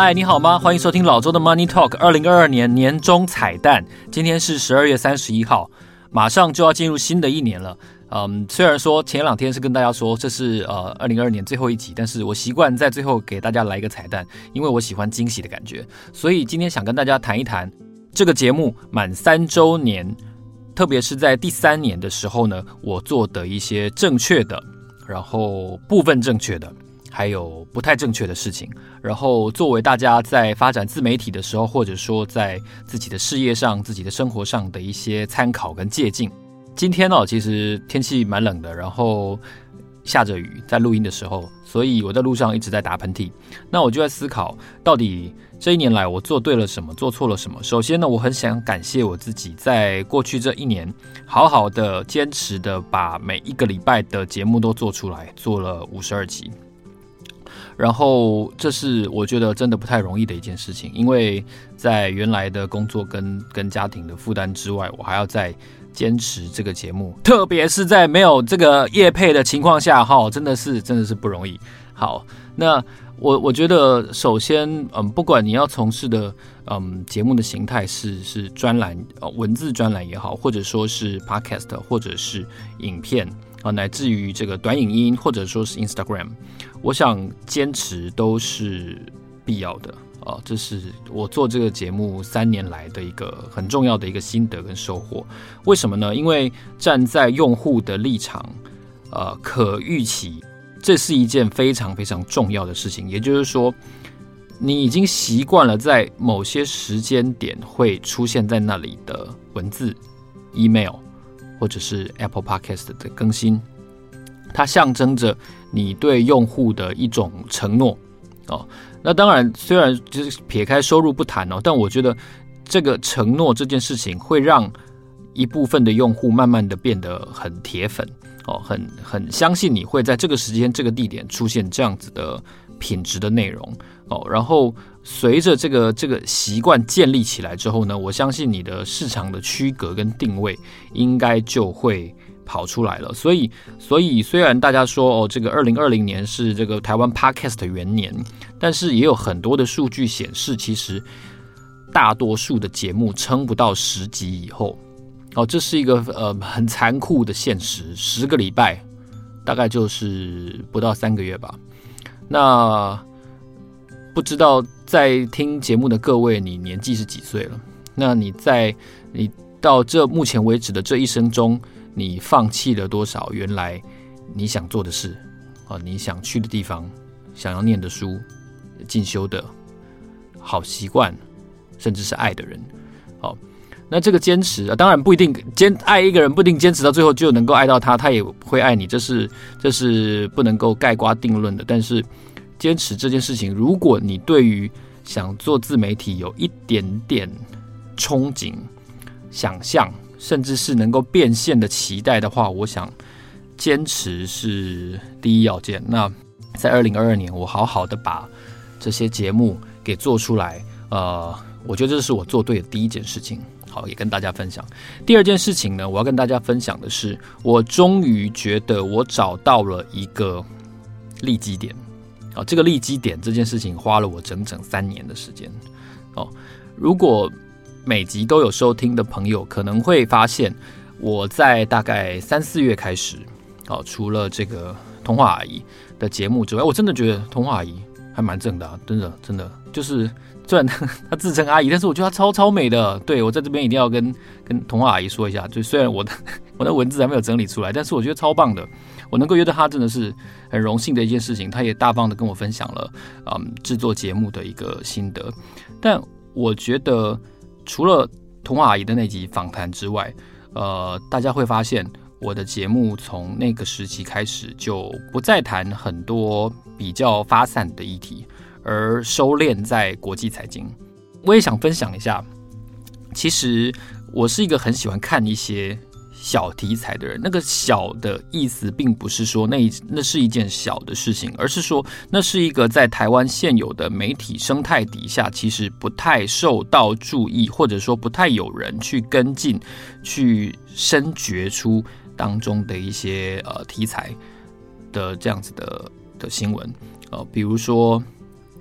嗨，你好吗？欢迎收听老周的 Money Talk 2022年年终彩蛋。今天是12月31号，马上就要进入新的一年了。虽然说前2天是跟大家说这是2022年最后一集，但是我习惯在最后给大家来一个彩蛋，因为我喜欢惊喜的感觉。所以今天想跟大家谈一谈这个节目满3周年，特别是在第3年的时候呢，我做的一些正确的，然后部分正确的，还有不太正确的事情，然后作为大家在发展自媒体的时候，或者说在自己的事业上、自己的生活上的一些参考跟借鉴。今天其实天气蛮冷的，然后下着雨，在录音的时候，所以我在路上一直在打喷嚏。那我就在思考，到底这1年来我做对了什么，做错了什么？首先呢，我很想感谢我自己，在过去这1年，好好的坚持的把每一个礼拜的节目都做出来，做了52集。然后这是我觉得真的不太容易的一件事情，因为在原来的工作跟家庭的负担之外，我还要再坚持这个节目，特别是在没有这个业配的情况下，真的是不容易。好，那我觉得首先，不管你要从事的节目的形态是专栏文字专栏也好，或者说是 podcast， 或者是影片乃至于这个短影音，或者说是 Instagram， 我想坚持都是必要的。这是我做这个节目3年来的一个很重要的一个心得跟收获。为什么呢？因为站在用户的立场，可预期，这是一件非常非常重要的事情。也就是说，你已经习惯了在某些时间点会出现在那里的文字、email 或者是 Apple Podcast 的更新，它象征着你对用户的一种承诺。那当然，虽然就是撇开收入不谈但我觉得这个承诺这件事情会让一部分的用户慢慢的变得很铁粉很相信你会在这个时间、这个地点出现这样子的品质的内容然后随着这个习惯建立起来之后呢，我相信你的市场的区隔跟定位应该就会跑出来了。所以虽然大家说这个2020年是这个台湾 Podcast 的元年，但是也有很多的数据显示，其实大多数的节目撑不到10集以后这是一个很残酷的现实。10个礼拜大概就是不到3个月吧。那不知道在听节目的各位，你年纪是几岁了？那你到这目前为止的这一生中，你放弃了多少原来你想做的事你想去的地方，想要念的书，进修的好习惯，甚至是爱的人那这个坚持当然不一定爱一个人不一定坚持到最后就能够爱到他，他也会爱你，这是不能够概括定论的。但是坚持这件事情，如果你对于想做自媒体有一点点憧憬、想象，甚至是能够变现的期待的话，我想坚持是第一要件。那在2022年，我好好的把这些节目给做出来，我觉得这是我做对的第一件事情。好，也跟大家分享。第二件事情呢，我要跟大家分享的是，我终于觉得我找到了一个利基点。这个利基点这件事情花了我整整3年的时间。如果每集都有收听的朋友，可能会发现我在大概3、4月开始，除了这个童话阿姨的节目之外，我真的觉得童话阿姨还蛮正的真的就是虽然她自称阿姨，但是我觉得她超美的。对，我在这边一定要跟童话阿姨说一下，就虽然我的文字还没有整理出来，但是我觉得超棒的。我能够约到她真的是很荣幸的一件事情。她也大方的跟我分享了制作节目的一个心得。但我觉得除了童话阿姨的那集访谈之外，大家会发现我的节目从那个时期开始就不再谈很多比较发散的议题，而收敛在国际财经。我也想分享一下，其实我是一个很喜欢看一些小题材的人。那个小的意思并不是说那是一件小的事情，而是说那是一个在台湾现有的媒体生态底下其实不太受到注意，或者说不太有人去跟进，去深掘出当中的一些题材的这样子的新闻。比如说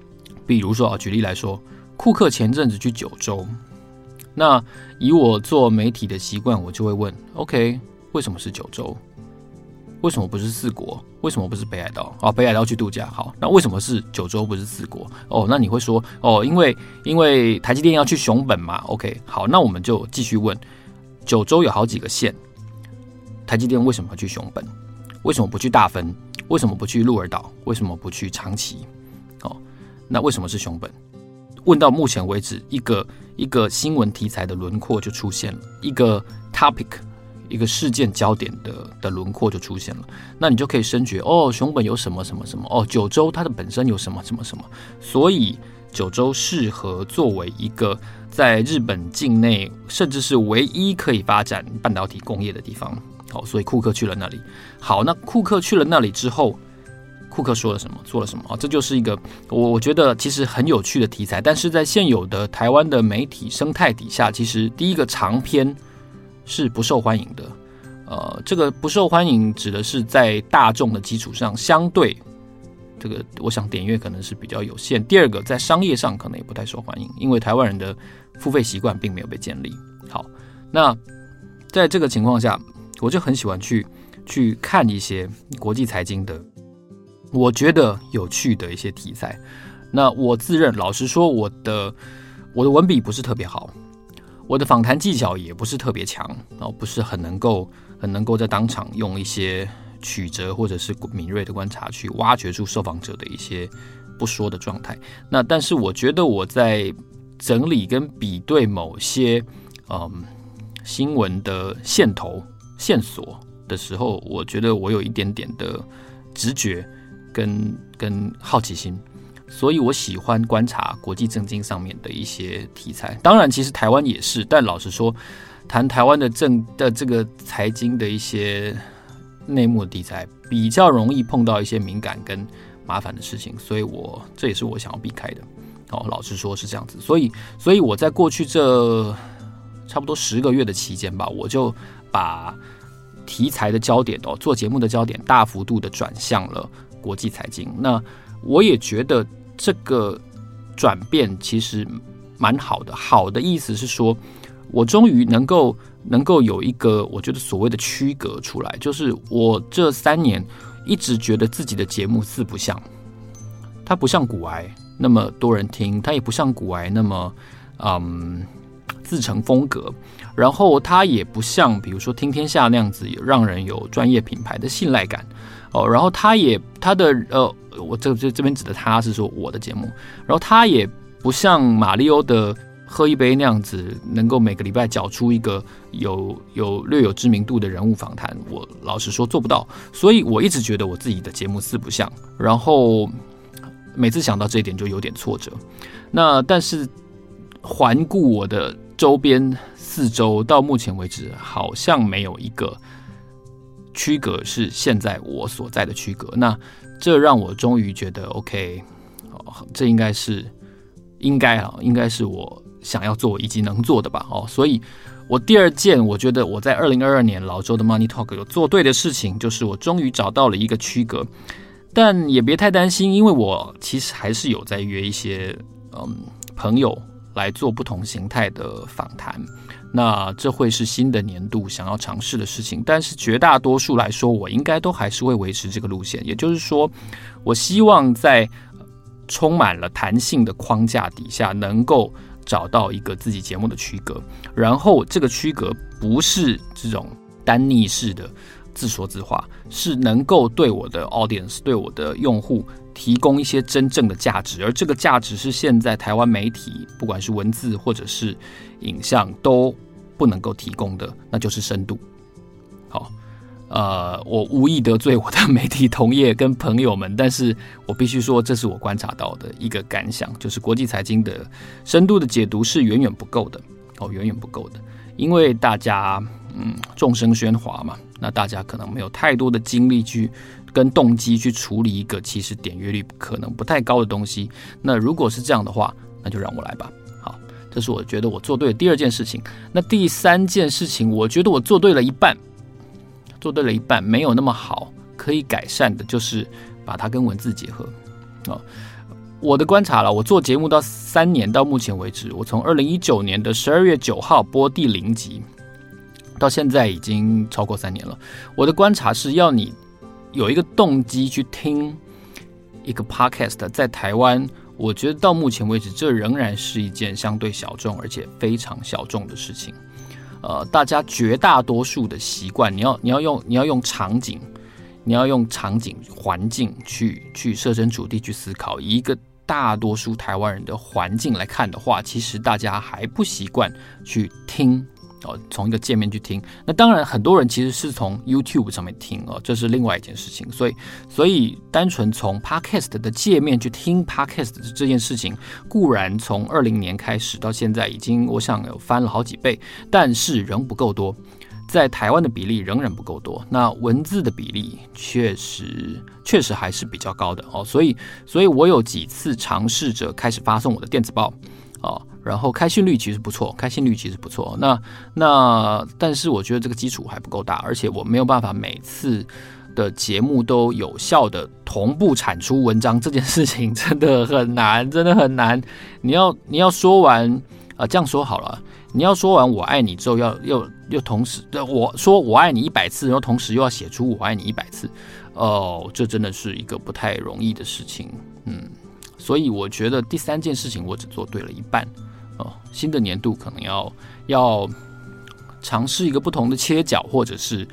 比如说举例来说，库克前阵子去九州，那以我做媒体的习惯，我就会问 OK， 为什么是九州？为什么不是四国？为什么不是北海道？北海道去度假好，那为什么是九州不是四国？那你会说因为台积电要去熊本嘛 ？OK， 好，那我们就继续问，九州有好几个县，台积电为什么去熊本？为什么不去大分？为什么不去鹿儿岛？为什么不去长崎？那为什么是熊本？问到目前为止，一个新闻题材的轮廓就出现了，一个 topic。一个事件焦点的轮廓就出现了，那你就可以深觉熊本有什么什么什么九州它的本身有什么什么什么，所以九州适合作为一个在日本境内甚至是唯一可以发展半导体工业的地方。好，所以库克去了那里。好，那库克去了那里之后，库克说了什么，做了什么这就是一个我觉得其实很有趣的题材，但是在现有的台湾的媒体生态底下，其实第一个长篇是不受欢迎的，这个不受欢迎指的是在大众的基础上，相对这个我想点阅可能是比较有限。第二个，在商业上可能也不太受欢迎，因为台湾人的付费习惯并没有被建立。好，那在这个情况下，我就很喜欢去看一些国际财经的，我觉得有趣的一些题材。那我自认，老实说，我的文笔不是特别好。我的访谈技巧也不是特别强，不是很能够在当场用一些曲折或者是敏锐的观察去挖掘出受访者的一些不说的状态。那但是我觉得我在整理跟比对某些新闻的线线索的时候，我觉得我有一点点的直觉跟好奇心。所以我喜欢观察国际政经上面的一些题材，当然其实台湾也是，但老实说，谈台湾的这个财经的一些内幕的题材，比较容易碰到一些敏感跟麻烦的事情，所以这也是我想要避开的。老实说是这样子，所以我在过去这差不多10个月的期间吧，我就把题材的焦点做节目的焦点大幅度的转向了国际财经。那我也觉得这个转变其实蛮好的。好的意思是说，我终于能够有一个我觉得所谓的区隔出来，就是我这3年一直觉得自己的节目四不像，它不像股癌那么多人听，它也不像股癌那么自成风格，然后它也不像比如说听天下那样子让人有专业品牌的信赖感然后它的我这边指的他是说我的节目，然后它也不像马里欧的喝一杯那样子，能够每个礼拜缴出一个略有知名度的人物访谈，我老实说做不到，所以我一直觉得我自己的节目四不像，然后每次想到这一点就有点挫折。那但是环顾我的周边4周，到目前为止好像没有一个区隔是现在我所在的区隔，那这让我终于觉得 OK， 这应该是我想要做以及能做的吧。所以我第2件我觉得我在2022年老周的 Money Talk 有做对的事情，就是我终于找到了一个区隔。但也别太担心，因为我其实还是有在约一些朋友来做不同形态的访谈，那这会是新的年度想要尝试的事情，但是绝大多数来说，我应该都还是会维持这个路线。也就是说，我希望在充满了弹性的框架底下，能够找到一个自己节目的区隔，然后这个区隔不是这种单逆式的自说自话，是能够对我的 audience 对我的用户提供一些真正的价值，而这个价值是现在台湾媒体不管是文字或者是影像都不能够提供的，那就是深度。好，我无意得罪我的媒体同业跟朋友们，但是我必须说，这是我观察到的一个感想，就是国际财经的深度的解读是远远不够的，远远不够的，因为大家众声喧哗嘛，那大家可能没有太多的精力去跟动机去处理一个其实点阅率可能不太高的东西。那如果是这样的话，那就让我来吧。好，这是我觉得我做对的第2件事情。那第3件事情，我觉得我做对了一半，没有那么好，可以改善的就是把它跟文字结合。 我的观察了，我做节目到3年，到目前为止，我从2019年的12月9号播第0集，到现在已经超过3年了。我的观察是要你有一个动机去听一个 podcast， 在台湾，我觉得到目前为止，这仍然是一件相对小众而且非常小众的事情。大家绝大多数的习惯，你要用场景。你要用场景环境去设身处地去思考，以一个大多数台湾人的环境来看的话，其实大家还不习惯去听从一个界面去听。那当然很多人其实是从 YouTube 上面听这是另外一件事情。所以单纯从 Podcast 的界面去听 Podcast 这件事情，固然从20年开始到现在已经我想有翻了好几倍，但是仍不够多。在台湾的比例仍然不够多，那文字的比例确实还是比较高的所以我有几次尝试着开始发送我的电子报然后开信率其实不错，那但是我觉得这个基础还不够大，而且我没有办法每次的节目都有效的同步产出文章，这件事情真的很难。你要说完这样说好了。你要说完我爱你之后又同时我说我爱你100次，然后同时又要写出我爱你100次，这真的是一个不太容易的事情。所以我觉得第3件事情我只做对了一半。新的年度可能要尝试一个不同的切角，或者是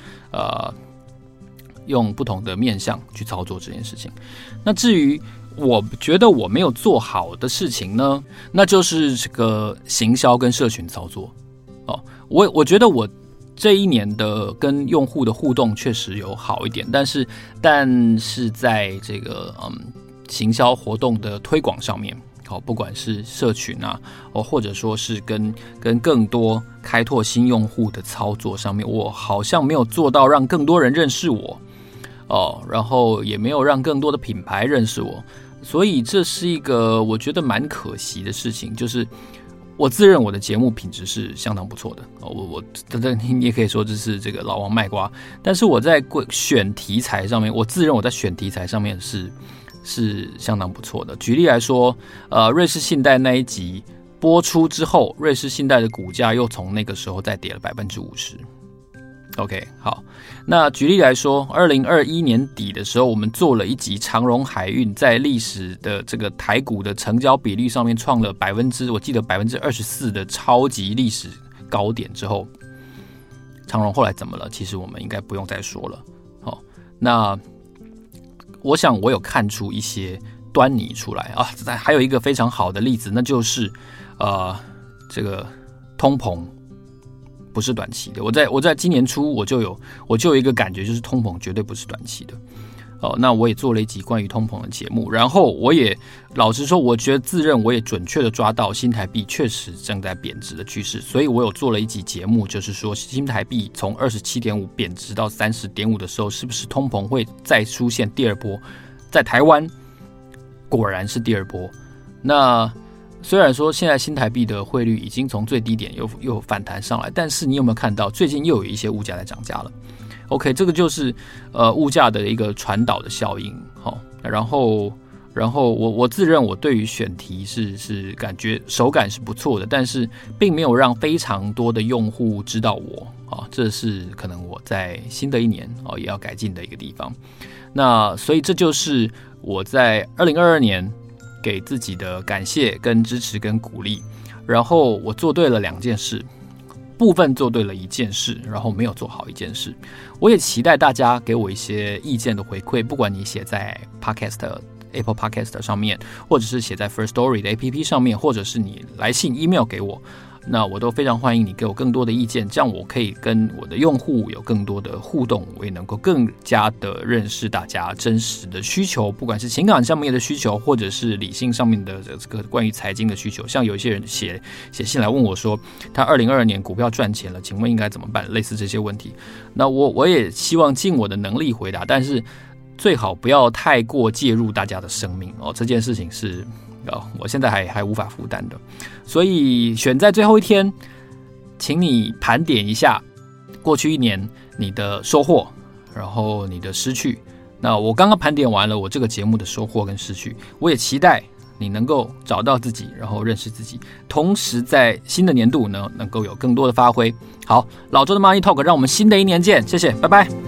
用不同的面向去操作这件事情。那至于我觉得我没有做好的事情呢，那就是这个行销跟社群操作。我觉得我这1年的跟用户的互动确实有好一点，但是在这个行销活动的推广上面，不管是社群或者说是跟更多开拓新用户的操作上面，我好像没有做到让更多人认识我然后也没有让更多的品牌认识我。所以这是一个我觉得蛮可惜的事情，就是我自认我的节目品质是相当不错的你也可以说这是这个老王卖瓜，但是我在选题材上面，我自认我在选题材上面是相当不错的。举例来说，瑞士信贷那一集播出之后，瑞士信贷的股价又从那个时候再跌了50%。OK， 好，那举例来说，2021年底的时候，我们做了一集长荣海运在历史的这个台股的成交比率上面创了我记得24%的超级历史高点之后，长荣后来怎么了？其实我们应该不用再说了。那我想我有看出一些端倪出来还有一个非常好的例子，那就是这个通膨。不是短期的，我在今年初我就有一个感觉，就是通膨绝对不是短期的。那我也做了一集关于通膨的节目，然后我也老实说，我觉得自认我也准确的抓到新台币确实正在贬值的趋势，所以我有做了一集节目，就是说新台币从27.5贬值到30.5的时候，是不是通膨会再出现第二波？在台湾果然是第二波。那虽然说现在新台币的汇率已经从最低点又反弹上来，但是你有没有看到最近又有一些物价在涨价了 ？OK， 这个就是物价的一个传导的效应。然后我自认我对于选题是感觉手感是不错的，但是并没有让非常多的用户知道我这是可能我在新的一年也要改进的一个地方。那所以这就是我在2022年。给自己的感谢跟支持跟鼓励，然后我做对了2件事，部分做对了1件事，然后没有做好1件事。我也期待大家给我一些意见的回馈，不管你写在 Apple Podcast 上面，或者是写在 First Story 的 APP 上面，或者是你来信 email 给我，那我都非常欢迎你给我更多的意见，这样我可以跟我的用户有更多的互动，我也能够更加的认识大家真实的需求，不管是情感上面的需求，或者是理性上面的这个关于财经的需求。像有一些人写信来问我说，他2022年股票赚钱了，请问应该怎么办？类似这些问题，那我也希望尽我的能力回答，但是最好不要太过介入大家的生命这件事情是我现在还无法负担的。所以选在最后一天，请你盘点一下过去1年你的收获，然后你的失去。那我刚刚盘点完了我这个节目的收获跟失去，我也期待你能够找到自己，然后认识自己，同时在新的年度呢能够有更多的发挥。好，老周的 Money Talk， 让我们新的一年见，谢谢，拜拜。